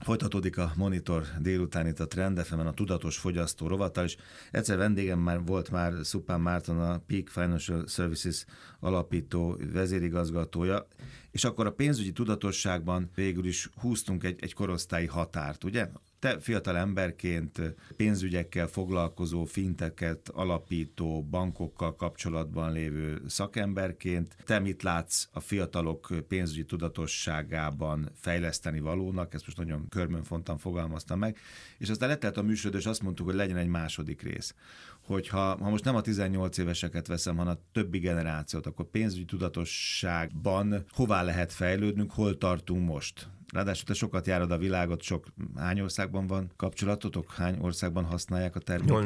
Folytatódik a Monitor délután itt a Trend FM-en a Tudatos Fogyasztó rovattal, és egyszer vendégem volt már Szupán Márton, a Peak Financial Services alapító vezérigazgatója, és akkor a pénzügyi tudatosságban végül is húztunk egy korosztályi határt, ugye? Te fiatal emberként, pénzügyekkel foglalkozó, finteket alapító, bankokkal kapcsolatban lévő szakemberként, te mit látsz a fiatalok pénzügyi tudatosságában fejleszteni valónak? Ezt most nagyon körmönfontan fogalmaztam meg. És aztán letelt a műsor, és azt mondtuk, hogy legyen egy második rész. Hogyha most nem a 18 éveseket veszem, hanem a többi generációt, akkor pénzügyi tudatosságban hová lehet fejlődnünk, hol tartunk most? Ráadásul te sokat járod a világot, hány országban van kapcsolatotok? Hány országban használják a terméket?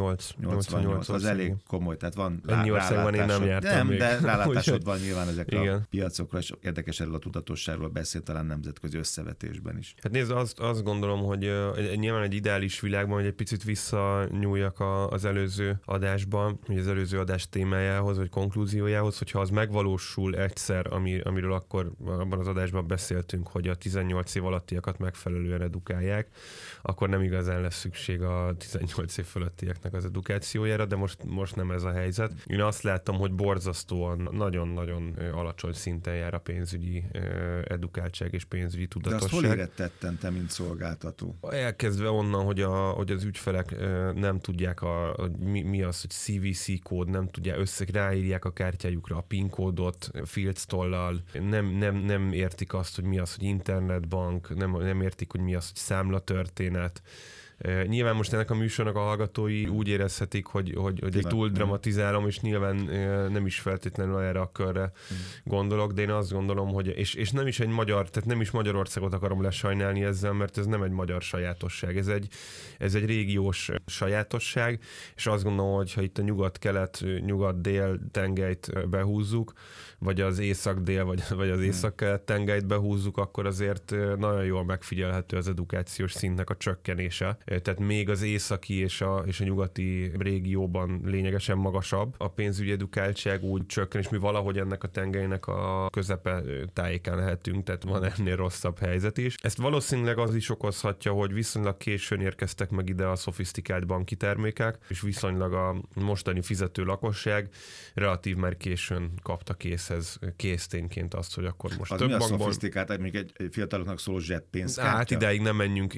88. Az elég komoly, tehát van ennyi országban én nem jártam még. De rálátásod van nyilván ezekre a piacokra, és érdekes erről a tudatosságról beszél talán nemzetközi összevetésben is. Hát nézd, azt gondolom, hogy nyilván egy ideális világban, hogy egy picit visszanyúljak az előző adásban, vagy az előző adás témájához, vagy konklúziójához, hogyha az megvalósul egyszer, amiről akkor abban az adásban beszéltünk, hogy a 18 év alattiakat megfelelően edukálják, akkor nem igazán lesz szükség a 18 év fölöttieknek az edukációjára, de most nem ez a helyzet. Én azt látom, hogy borzasztóan nagyon-nagyon alacsony szinten jár a pénzügyi edukáltság és pénzügyi tudatosság. De azt hol érettetten te, mint szolgáltató? Elkezdve onnan, hogy az ügyfelek nem tudják, mi az, hogy CVC kód, nem tudják, ráírják a kártyájukra a PIN kódot filctollal, nem értik azt, hogy mi az, hogy internetbank, nem értik, hogy mi az, hogy számlatörténet. Nyilván most ennek a műsornak a hallgatói úgy érezhetik, hogy túl dramatizálom, és nyilván nem is feltétlenül erre a körre gondolok, de én azt gondolom, hogy és nem is egy magyar, tehát nem is Magyarországot akarom lesajnálni ezzel, mert ez nem egy magyar sajátosság, ez egy régiós sajátosság, és azt gondolom, hogy ha itt a nyugat-kelet, nyugat-dél tengelyt behúzzuk, vagy az észak-dél, vagy az észak-kelet tengelyt behúzzuk, akkor azért nagyon jól megfigyelhető az edukációs szintnek a csökkenése. Tehát még az északi és a nyugati régióban lényegesen magasabb a pénzügyi edukáltság, úgy csökken, és mi valahogy ennek a tengelynek a közepe tájékán lehetünk, tehát van ennél rosszabb helyzet is. Ezt valószínűleg az is okozhatja, hogy viszonylag későn érkeztek meg ide a szofisztikált banki termékek, és viszonylag a mostani fizető lakosság relatív már későn kapta késztényként azt, hogy akkor most az több mi bankban... a szofisztikált, mondjuk egy fiataloknak szóló zseppénzkártya? Hát idáig nem menjünk.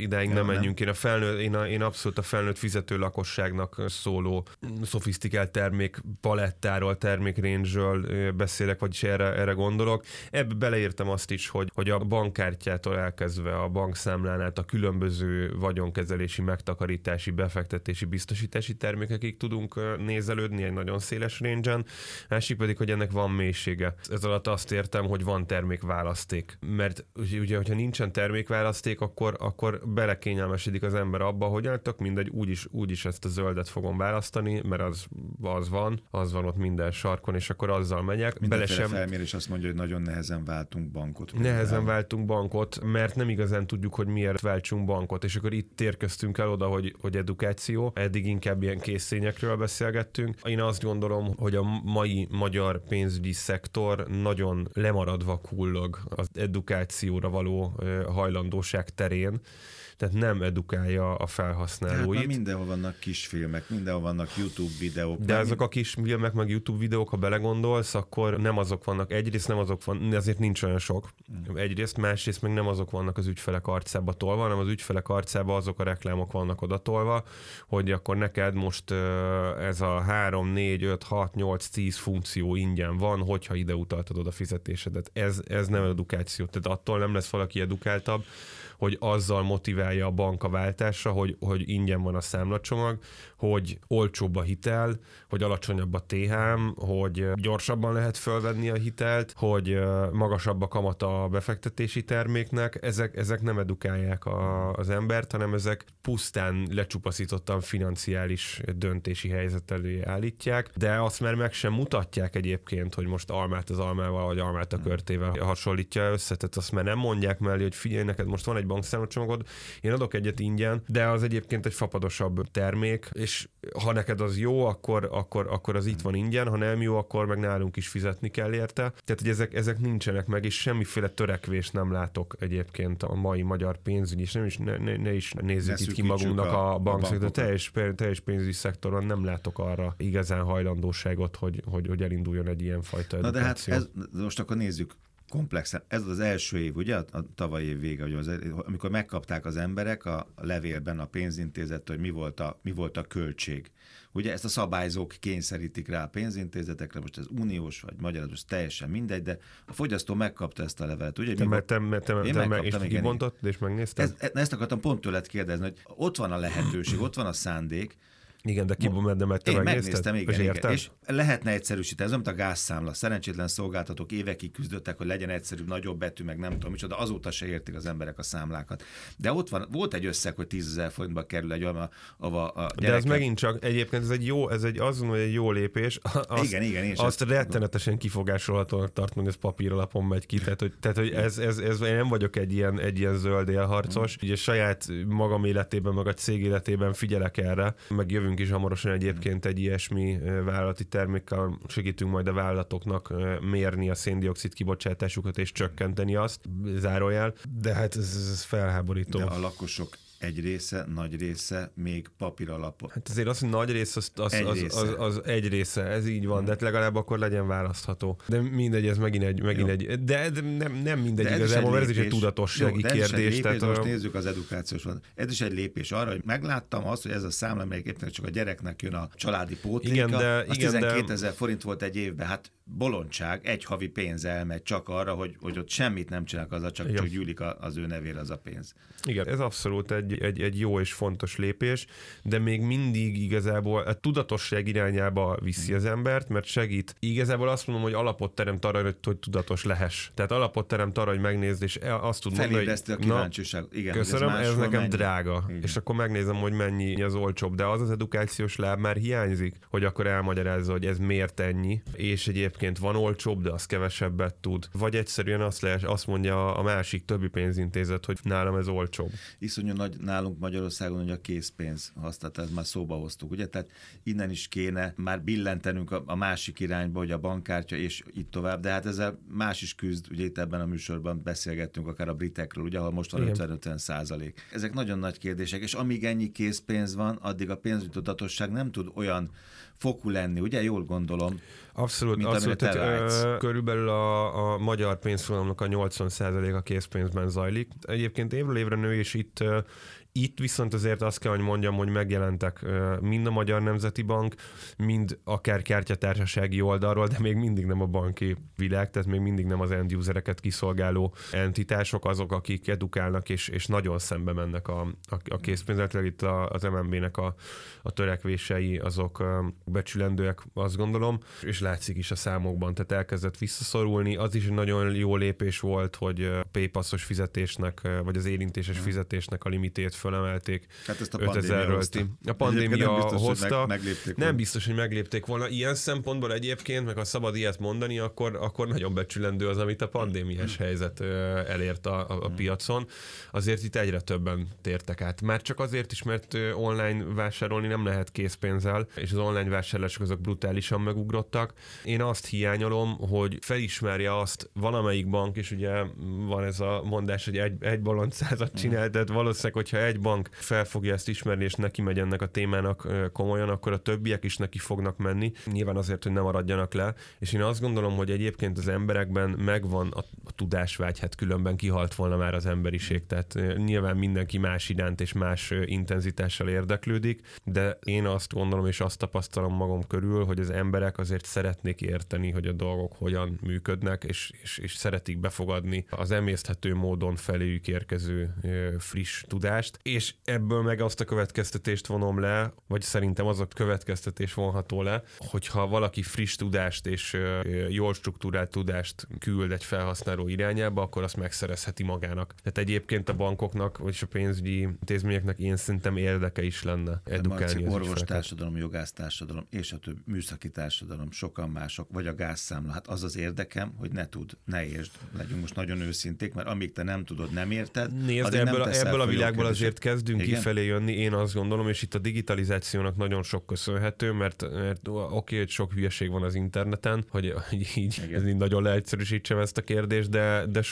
Én abszolút a felnőtt fizető lakosságnak szóló szofisztikált termék palettáról, termékrange-ről beszélek, vagyis erre gondolok. Ebbe beleírtam azt is, hogy a bankkártyától elkezdve a bankszámlán át a különböző vagyonkezelési, megtakarítási, befektetési, biztosítási termékekig tudunk nézelődni egy nagyon széles range-en. Másik pedig, hogy ennek van mélysége. Ez alatt azt értem, hogy van termékválaszték. Mert ugye, hogyha nincsen termékválaszték, akkor belekényelmesedik az ember abba, hogy tök mindegy, úgyis ezt a zöldet fogom választani, mert az van ott minden sarkon, és akkor azzal megyek. Mindenféle felmérés azt mondja, hogy nagyon nehezen váltunk bankot. Nehezen váltunk bankot, mert nem igazán tudjuk, hogy miért váltsunk bankot, és akkor itt érkeztünk el oda, hogy edukáció. Eddig inkább ilyen készényekről beszélgettünk. Én azt gondolom, hogy a mai magyar pénzügyi szektor nagyon lemaradva kullog az edukációra való hajlandóság terén, tehát nem edukálja a felhasználóit. Hát mindenhol vannak kisfilmek, mindenhol vannak YouTube videók. De azok a kisfilmek, meg YouTube videók, ha belegondolsz, akkor nem azok vannak, ezért nincs olyan sok. Egyrészt, másrészt meg nem azok vannak az ügyfelek arcába tolva, hanem az ügyfelek arcába azok a reklámok vannak odatolva, hogy akkor neked most ez a 3, 4, 5, 6, 8, 10 funkció ingyen van, hogyha ide utaltad oda fizetésedet. Ez nem edukáció. Tehát attól nem lesz valaki edukáltabb, hogy azzal motiválja a bank a váltásra, hogy ingyen van a számlacsomag, hogy olcsóbb a hitel, hogy alacsonyabb a THM, hogy gyorsabban lehet fölvenni a hitelt, hogy magasabb a kamata a befektetési terméknek. Ezek nem edukálják az embert, hanem ezek pusztán lecsupaszítottan financiális döntési helyzet elé állítják, de azt már meg sem mutatják egyébként, hogy most almát az almával, vagy almát a körtével hasonlítja össze. Tehát azt már nem mondják mellé, hogy figyelj, neked most van egy bankszámlacsomagot, én adok egyet ingyen, de az egyébként egy fapadosabb termék, és ha neked az jó, akkor az itt van ingyen, ha nem jó, akkor meg nálunk is fizetni kell érte. Tehát, hogy ezek nincsenek meg, és semmiféle törekvést nem látok egyébként a mai magyar pénzügy, és nem is, ne is nézzük itt ki magunknak a bankszektor, teljes pénzügyi szektorban nem látok arra igazán hajlandóságot, hogy elinduljon egy ilyen fajta edukáció. Na de hát most akkor nézzük komplexen. Ez az első év, ugye, a tavalyi év vége, amikor megkapták az emberek a levélben a pénzintézettől, hogy mi volt a költség. Ugye ezt a szabályzók kényszerítik rá a pénzintézetekre, most ez uniós vagy magyar, most teljesen mindegy, de a fogyasztó megkapta ezt a levelet. Ugye, és kibontott, és megnézted? Ezt akartam pont tőled kérdezni, hogy ott van a lehetőség, ott van a szándék. Igen, de te megnéztem, igen. És lehetne egyszerűsíteni, ez nem a gázszámla. Szerencsétlen szolgáltatók évekig küzdöttek, hogy legyen egyszerűbb, nagyobb betű, meg nem tudom micsoda, azóta se értik az emberek a számlákat. De volt egy összeg, hogy 10 000 forintba kerül egy olyan, a gyerekek. De ez megint csak, egyébként egy jó lépés. Igen. Azt rettenetesen kifogásolhatónak tartom, hogy ez papíralapon megy ki. Tehát, hogy ez én nem vagyok egy ilyen zöld élharcos. Ugye saját magam életében, meg a cég életében figyelek erre, meg jövünk is hamarosan egyébként egy ilyesmi vállalati termékkel, segítünk majd a vállalatoknak mérni a szén-dioxid kibocsátásukat és csökkenteni azt, zárójel, de hát ez felháborító. De a lakosok egy része, nagy része még papír alapon. Hát azért az, hogy nagy rész, az egy része, ez így van, de legalább akkor legyen választható. De mindegy, ez megint egy de nem mindegy igazából, mert ez is egy tudatossági kérdés. Tehát most nézzük az edukációs van. Ez is egy lépés arra, hogy megláttam azt, hogy ez a számla, amelyik éppen csak a gyereknek jön a családi pótléka, az 12 000 forint volt egy évben, hát bolondság, egy havi pénz elmegy csak arra, hogy ott semmit nem csinálnak, azzal csak gyűlik az ő nevére az a pénz. Igen, ez abszolút egy jó és fontos lépés, de még mindig igazából a tudatosság irányába viszi az embert, mert segít. Igazából azt mondom, hogy alapot teremt arra, hogy tudatos lehess. Tehát alapot teremt arra, hogy megnézd, és azt tud mondani, hogy a kíváncsiság. Igen, köszönöm, ez nekem drága. Igen. És akkor megnézem, hogy mennyi az olcsóbb, de az edukációs láb már hiányzik, hogy akkor elmagyarázza, hogy ez miért ennyi, és egyébként van olcsóbb, de az kevesebbet tud. Vagy egyszerűen azt mondja a másik többi pénzintézet, hogy nálam ez olcsóbb. Iszonyú nagy nálunk Magyarországon, hogy a készpénz használat, ezt már szóba hoztuk, ugye? Tehát innen is kéne már billentenünk a másik irányba, hogy a bankkártya és így tovább, de hát ezzel más is küzd, ugye itt ebben a műsorban beszélgettünk akár a britekről, ugye, ahol most van 50-50%. Ezek nagyon nagy kérdések, és amíg ennyi készpénz van, addig a pénzügyi tudatosság nem tud olyan fokú lenni, ugye? Jól gondolom. Abszolút. Körülbelül a magyar pénzforgalomnak a 80%-a készpénzben zajlik. Egyébként évről évre nő, és itt viszont azért azt kell, hogy mondjam, hogy megjelentek mind a Magyar Nemzeti Bank, mind akár kártyatársasági oldalról, de még mindig nem a banki világ, tehát még mindig nem az end usereket kiszolgáló entitások, azok, akik edukálnak, és nagyon szembe mennek a készpénzzel. Itt az MNB-nek a törekvései, azok becsülendőek, azt gondolom, és látszik is a számokban, tehát elkezdett visszaszorulni. Az is egy nagyon jó lépés volt, hogy a PayPass-os fizetésnek, vagy az érintéses fizetésnek a limitét fölemelték. Hát ezt a pandémia hozta. A pandémia hozta. Nem biztos, hogy meglépték volna. Ilyen szempontból egyébként, meg ha szabad ilyet mondani, akkor nagyon becsülendő az, amit a pandémiás helyzet elért a piacon. Azért itt egyre többen tértek át. Már csak azért is, mert online vásárolni nem lehet készpénzzel, és az online vásárlások azok brutálisan megugrottak. Én azt hiányolom, hogy felismerje azt valamelyik bank, és ugye van ez a mondás, hogy egy bolond 100-at csinál, tehát valószínűleg, hogyha egy bank fel fogja ezt ismerni, és neki megy ennek a témának komolyan, akkor a többiek is neki fognak menni. Nyilván azért, hogy ne maradjanak le. És én azt gondolom, hogy egyébként az emberekben megvan a tudásvágy, hát különben kihalt volna már az emberiség. Tehát nyilván mindenki más iránt és más intenzitással érdeklődik, de én azt gondolom, és azt tapasztalom magam körül, hogy az emberek azért szeretnék érteni, hogy a dolgok hogyan működnek, és szeretik befogadni az emészthető módon feléjük érkező friss tudást. és ebből meg azt a következtetést vonom le, vagy szerintem az a következtetés vonható le, hogyha valaki friss tudást és jól struktúrált tudást küld egy felhasználó irányába, akkor azt megszerezheti magának. Tehát egyébként a bankoknak, vagy a pénzügyi intézményeknek én szerintem érdeke is lenne edukálni az orvostársadalom, jogásztársadalom és a több műszaki társadalom, sokan mások, vagy a gázszámla. Hát az érdekem, hogy ne értsd, legyünk most nagyon őszinték, mert amíg te nem tudod, nem érted. Nézd, ebből a világból azért kezdünk kifelé jönni, én azt gondolom, és itt a digitalizációnak nagyon sok köszönhető, mert oké, hogy sok hülyeség van az interneten, hogy így nagyon leegyszerűsítsem ezt a kérdést, de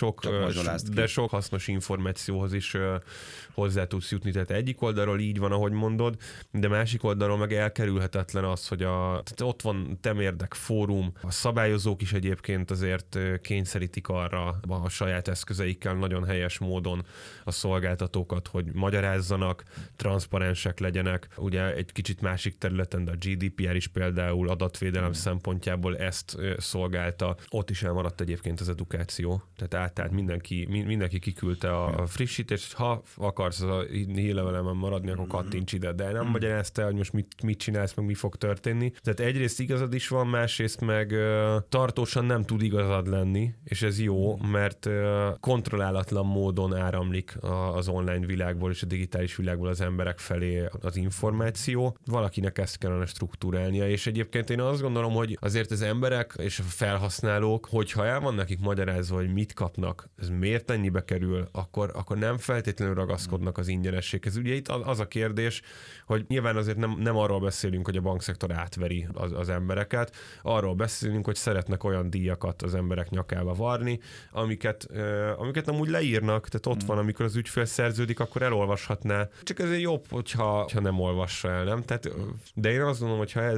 sok hasznos információhoz is hozzá tudsz jutni. Tehát egyik oldalról így van, ahogy mondod, de másik oldalról meg elkerülhetetlen az, hogy tehát ott van Temérdek fórum, a szabályozók is egyébként azért kényszerítik arra a saját eszközeikkel nagyon helyes módon a szolgáltatókat, hogy magyarázzanak, transzparensek legyenek. Ugye egy kicsit másik területen, de a GDPR is például adatvédelem szempontjából ezt szolgálta. Ott is elmaradt egyébként az edukáció. Tehát átállt mindenki kiküldte a frissítést, ha akarsz a hírlevelemen maradni, akkor kattints ide, de nem magyarázta, hogy most mit csinálsz, meg mi fog történni. Tehát egyrészt igazad is van, másrészt meg tartósan nem tud igazad lenni, és ez jó, mert kontrollálatlan módon áramlik az online világból és a digitális világból az emberek felé az információ. Valakinek ezt kellene struktúrálnia, és egyébként én azt gondolom, hogy azért az emberek és a felhasználók, hogyha el van nekik magyarázva, hogy mit kapnak, ez miért ennyibe kerül, akkor nem feltétlenül ragaszkodnak az ingyenességhez. Ugye itt az a kérdés, hogy nyilván azért nem arról beszélünk, hogy a bankszektor átveri az embereket, arról beszélünk, hogy szeretnek olyan díjakat az emberek nyakába varni, amiket amúgy leírnak, tehát ott van, amikor az ügyfél szerződik, akkor elolvashatná. Csak ezért jobb, hogyha nem olvassa el, nem? Tehát, de én azt gondolom, hogy ha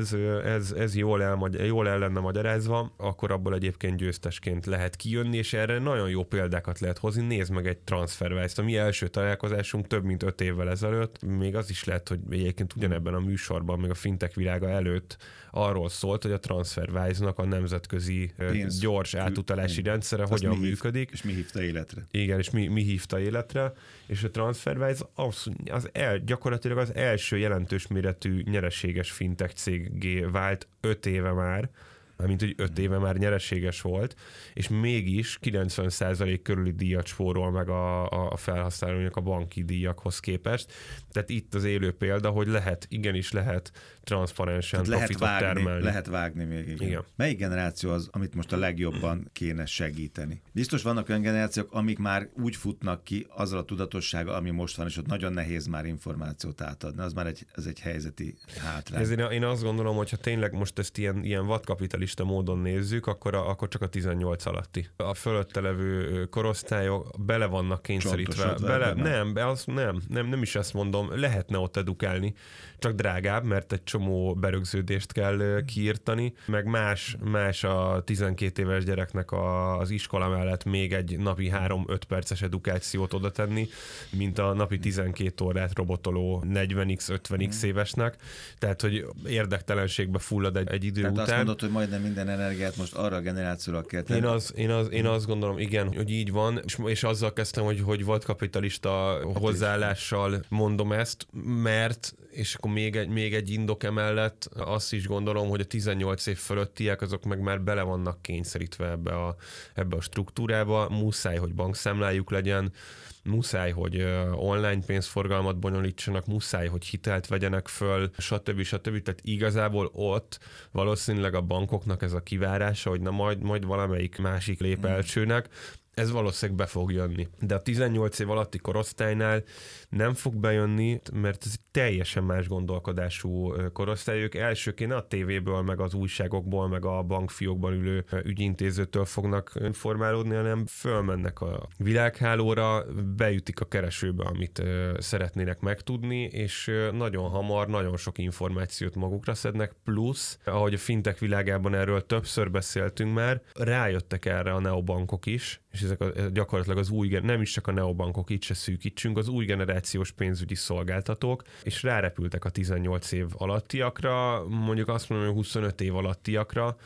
ez jól el lenne magyarázva, akkor abból egyébként győztesként lehet kijönni, és erre nagyon jó példákat lehet hozni. Nézd meg egy TransferWise-t. A mi első találkozásunk több mint 5 évvel ezelőtt, még az is lehet, hogy egyébként ugyanebben a műsorban, még a fintech világa előtt arról szólt, hogy a TransferWise-nak a nemzetközi gyors átutalási rendszere hogyan működik. És mi hívta életre. Igen, és mi hívta életre, és a TransferWise gyakorlatilag az első jelentős méretű nyereséges fintech céggé vált 5 éve már, mint hogy 5 éve már nyereséges volt, és mégis 90% körüli díjat spórol meg a felhasználónak a banki díjakhoz képest. Tehát itt az élő példa, hogy igenis lehet transzparensen profitot termelni. Lehet vágni még. Igen. Melyik generáció az, amit most a legjobban kéne segíteni? Biztos vannak olyan generációk, amik már úgy futnak ki azzal a tudatossággal, ami most van, és ott nagyon nehéz már információt átadni. Az már egy helyzeti hátrány. Ezért én azt gondolom, hogy ha tényleg most ezt ilyen vadkapitalista módon nézzük, akkor csak a 18 alatti. A fölötte levő korosztályok bele vannak kényszerítve. Nem is ezt mondom, lehetne ott edukálni, csak drágább, mert egy csomó berögződést kell kiírtani, meg más a 12 éves gyereknek az iskola mellett még egy napi 3-5 perces edukációt oda tenni, mint a napi 12 órát robotoló 40x, 50x évesnek. Tehát, hogy érdektelenségbe fullad egy idő után. Azt mondod, hogy majdnem minden energiát most arra a generációra kell tenni. Én azt gondolom, igen, hogy így van, és azzal kezdtem, hogy vadkapitalista hozzáállással mondom ezt, mert, és akkor még egy indok emellett, azt is gondolom, hogy a 18 év fölöttiek, azok meg már bele vannak kényszerítve ebbe a struktúrába, muszáj, hogy bankszámlájuk legyen, muszáj, hogy online pénzforgalmat bonyolítsanak, muszáj, hogy hitelt vegyenek föl, stb. Tehát igazából ott valószínűleg a bankoknak ez a kivárása, hogy na majd valamelyik másik lép elsőnek, ez valószínűleg be fog jönni. De a 18 év alatti korosztálynál nem fog bejönni, mert ez teljesen más gondolkodású korosztály. Ők elsőként a tévéből, meg az újságokból, meg a bankfiókban ülő ügyintézőtől fognak informálódni, hanem fölmennek a világhálóra, beütik a keresőbe, amit szeretnének megtudni, és nagyon hamar, nagyon sok információt magukra szednek, plusz, ahogy a fintech világában erről többször beszéltünk már, rájöttek erre a neobankok is, és ezek gyakorlatilag az új, nem is csak a neobankok, itt se szűkítsünk, az új generációs pénzügyi szolgáltatók, és rárepültek a 18 év alattiakra, mondjuk azt mondom, hogy 25 év alattiakra,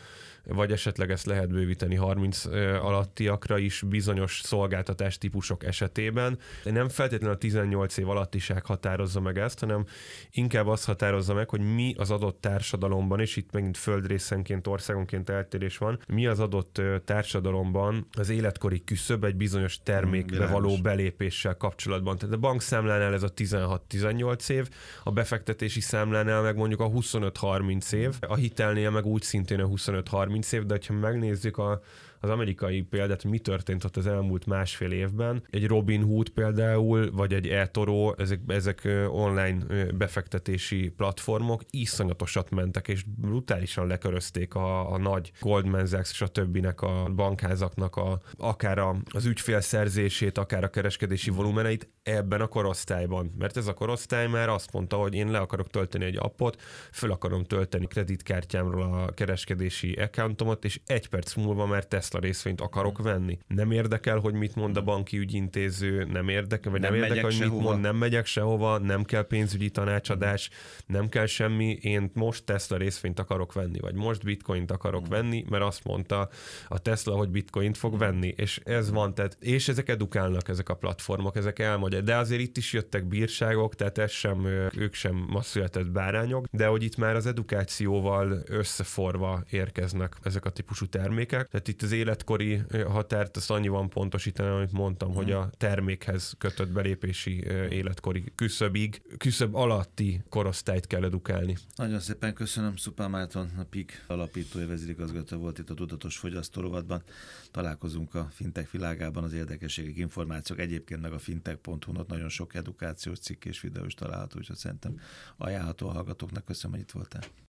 vagy esetleg ezt lehet bővíteni 30 alattiakra is bizonyos szolgáltatás típusok esetében. Nem feltétlenül a 18 év alattiság határozza meg ezt, hanem inkább azt határozza meg, hogy mi az adott társadalomban, és itt megint földrészenként, országonként eltérés van, mi az adott társadalomban az életkori küszöb egy bizonyos termékbe való belépéssel kapcsolatban. Tehát a bankszámlánál ez a 16-18 év, a befektetési számlánál meg mondjuk a 25-30 év, a hitelnél meg úgy szintén a 25-30 év, de ha megnézzük az amerikai példát, mi történt ott az elmúlt másfél évben. Egy Robinhood például, vagy egy eToro, ezek online befektetési platformok iszonyatosat mentek, és brutálisan lekörözték a nagy Goldman Sachs és a többinek a bankházaknak akár az ügyfélszerzését, akár a kereskedési volumeneit ebben a korosztályban. Mert ez a korosztály már azt mondta, hogy én le akarok tölteni egy appot, föl akarom tölteni kreditkártyámról a kereskedési accountomat, és 1 perc múlva már Tesla részvényt akarok venni. Nem érdekel, hogy mit mond a banki ügyintéző, nem érdekel, hogy mit mond, nem megyek sehova, nem kell pénzügyi tanácsadás, nem kell semmi, én most Tesla részvényt akarok venni, vagy most bitcoint akarok venni, mert azt mondta a Tesla, hogy bitcoint fog venni, és ez van, tehát, és ezek edukálnak, ezek a platformok, ezek elmondják, de azért itt is jöttek bírságok, tehát ők sem ma született bárányok, de hogy itt már az edukációval összeforva érkeznek ezek a típusú termékek, tehát itt az életkori határt, azt annyiban pontosítani, amit mondtam, hogy a termékhez kötött belépési életkori küszöb alatti korosztályt kell edukálni. Nagyon szépen köszönöm, Szupán Márton, a PIK alapítója, vezérigazgató volt itt a Tudatos Fogyasztó rovatban. Találkozunk a fintech világában, az érdekességek, információk, egyébként meg a fintech.hu-n ott nagyon sok edukációs cikk és videó is található, úgyhogy szerintem ajánlható a hallgatóknak. Köszönöm, hogy itt voltál.